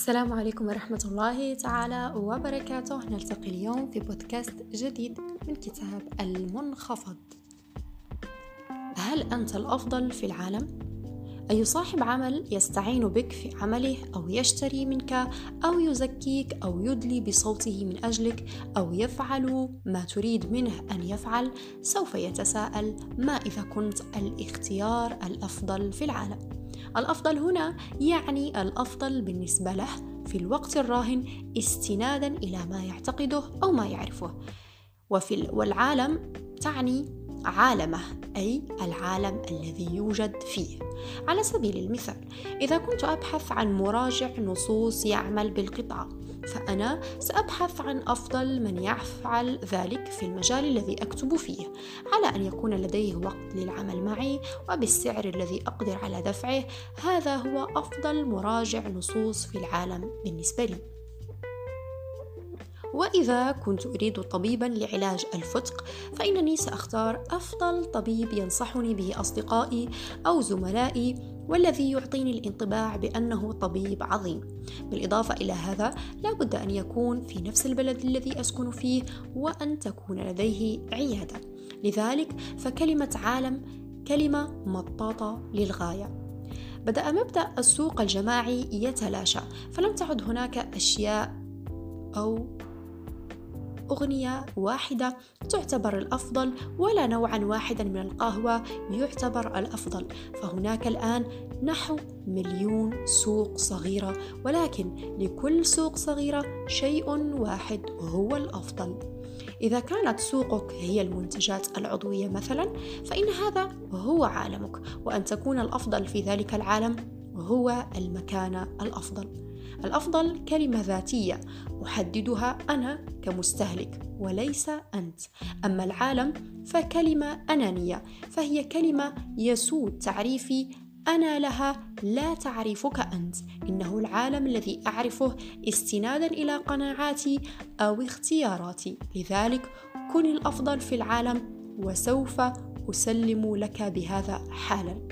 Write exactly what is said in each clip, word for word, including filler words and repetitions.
السلام عليكم ورحمة الله تعالى وبركاته. نلتقي اليوم في بودكاست جديد من كتاب المنخفض. هل أنت الأفضل في العالم؟ أي صاحب عمل يستعين بك في عمله أو يشتري منك أو يزكيك أو يدلي بصوته من أجلك أو يفعل ما تريد منه أن يفعل سوف يتساءل: ما إذا كنت الاختيار الأفضل في العالم؟ الأفضل هنا يعني الأفضل بالنسبة له في الوقت الراهن استنادا إلى ما يعتقده أو ما يعرفه. وفي والعالم تعني عالمه، أي العالم الذي يوجد فيه. على سبيل المثال، إذا كنت أبحث عن مراجع نصوص يعمل بالقطعة، فأنا سأبحث عن أفضل من يفعل ذلك في المجال الذي أكتب فيه، على أن يكون لديه وقت للعمل معي وبالسعر الذي أقدر على دفعه. هذا هو أفضل مراجع نصوص في العالم بالنسبة لي. وإذا كنت أريد طبيبا لعلاج الفتق، فإنني سأختار أفضل طبيب ينصحني به أصدقائي أو زملائي، والذي يعطيني الانطباع بأنه طبيب عظيم. بالإضافة إلى هذا، لا بد أن يكون في نفس البلد الذي أسكن فيه وأن تكون لديه عيادة. لذلك فكلمة عالم كلمة مطاطة للغاية. بدأ مبدأ السوق الجماعي يتلاشى، فلم تعد هناك أشياء أو أغنية واحدة تعتبر الأفضل، ولا نوعا واحدا من القهوة يعتبر الأفضل. فهناك الآن نحو مليون سوق صغيرة، ولكن لكل سوق صغيرة شيء واحد هو الأفضل. إذا كانت سوقك هي المنتجات العضوية مثلا، فإن هذا هو عالمك، وأن تكون الأفضل في ذلك العالم هو المكان الأفضل. الأفضل كلمة ذاتية أحددها أنا كمستهلك وليس أنت. أما العالم فكلمة أنانية، فهي كلمة يسود تعريفي أنا لها لا تعريفك أنت. إنه العالم الذي أعرفه استنادا إلى قناعاتي أو اختياراتي. لذلك كن الأفضل في العالم، وسوف أسلم لك بهذا حالا.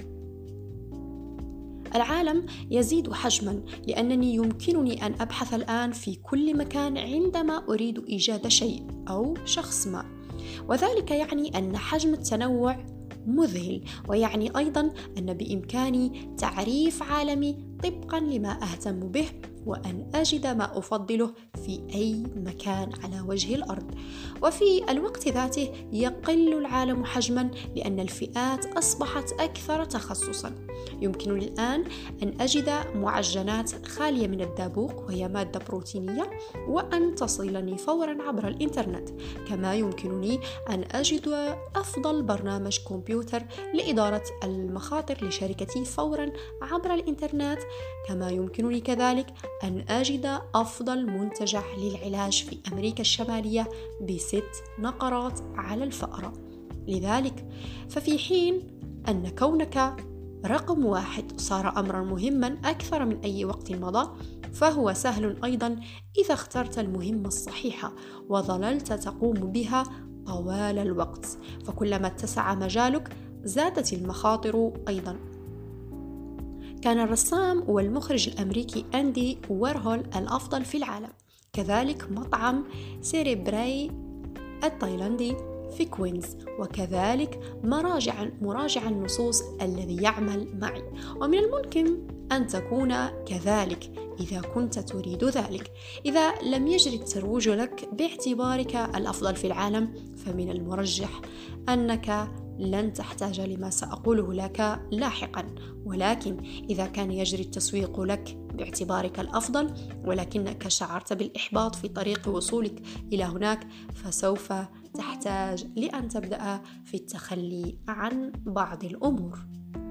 العالم يزيد حجما، لأنني يمكنني أن أبحث الآن في كل مكان عندما أريد إيجاد شيء أو شخص ما، وذلك يعني أن حجم التنوع مذهل، ويعني أيضا أن بإمكاني تعريف عالمي طبقا لما أهتم به، وأن أجد ما أفضله في أي مكان على وجه الأرض. وفي الوقت ذاته يقل العالم حجما، لأن الفئات أصبحت أكثر تخصصا. يمكنني الآن أن أجد معجنات خالية من الدابوق، وهي مادة بروتينية، وأن تصلني فورا عبر الإنترنت. كما يمكنني أن أجد أفضل برنامج كمبيوتر لإدارة المخاطر لشركتي فورا عبر الإنترنت. كما يمكنني كذلك أن أجد أفضل منتجع للعلاج في أمريكا الشمالية بست نقرات على الفأرة. لذلك ففي حين أن كونك رقم واحد صار أمرا مهما أكثر من أي وقت مضى، فهو سهل أيضا إذا اخترت المهمة الصحيحة وظللت تقوم بها طوال الوقت. فكلما اتسع مجالك زادت المخاطر أيضا. كان الرسام والمخرج الأمريكي أندي وارهول الأفضل في العالم، كذلك مطعم سيريبراي التايلاندي في كوينز، وكذلك مراجع مراجع النصوص الذي يعمل معي. ومن الممكن أن تكون كذلك إذا كنت تريد ذلك. إذا لم يجري الترويج لك باعتبارك الأفضل في العالم، فمن المرجح أنك لن تحتاج لما سأقوله لك لاحقا. ولكن إذا كان يجري التسويق لك باعتبارك الأفضل، ولكنك شعرت بالإحباط في طريق وصولك إلى هناك، فسوف تحتاج لأن تبدأ في التخلي عن بعض الأمور.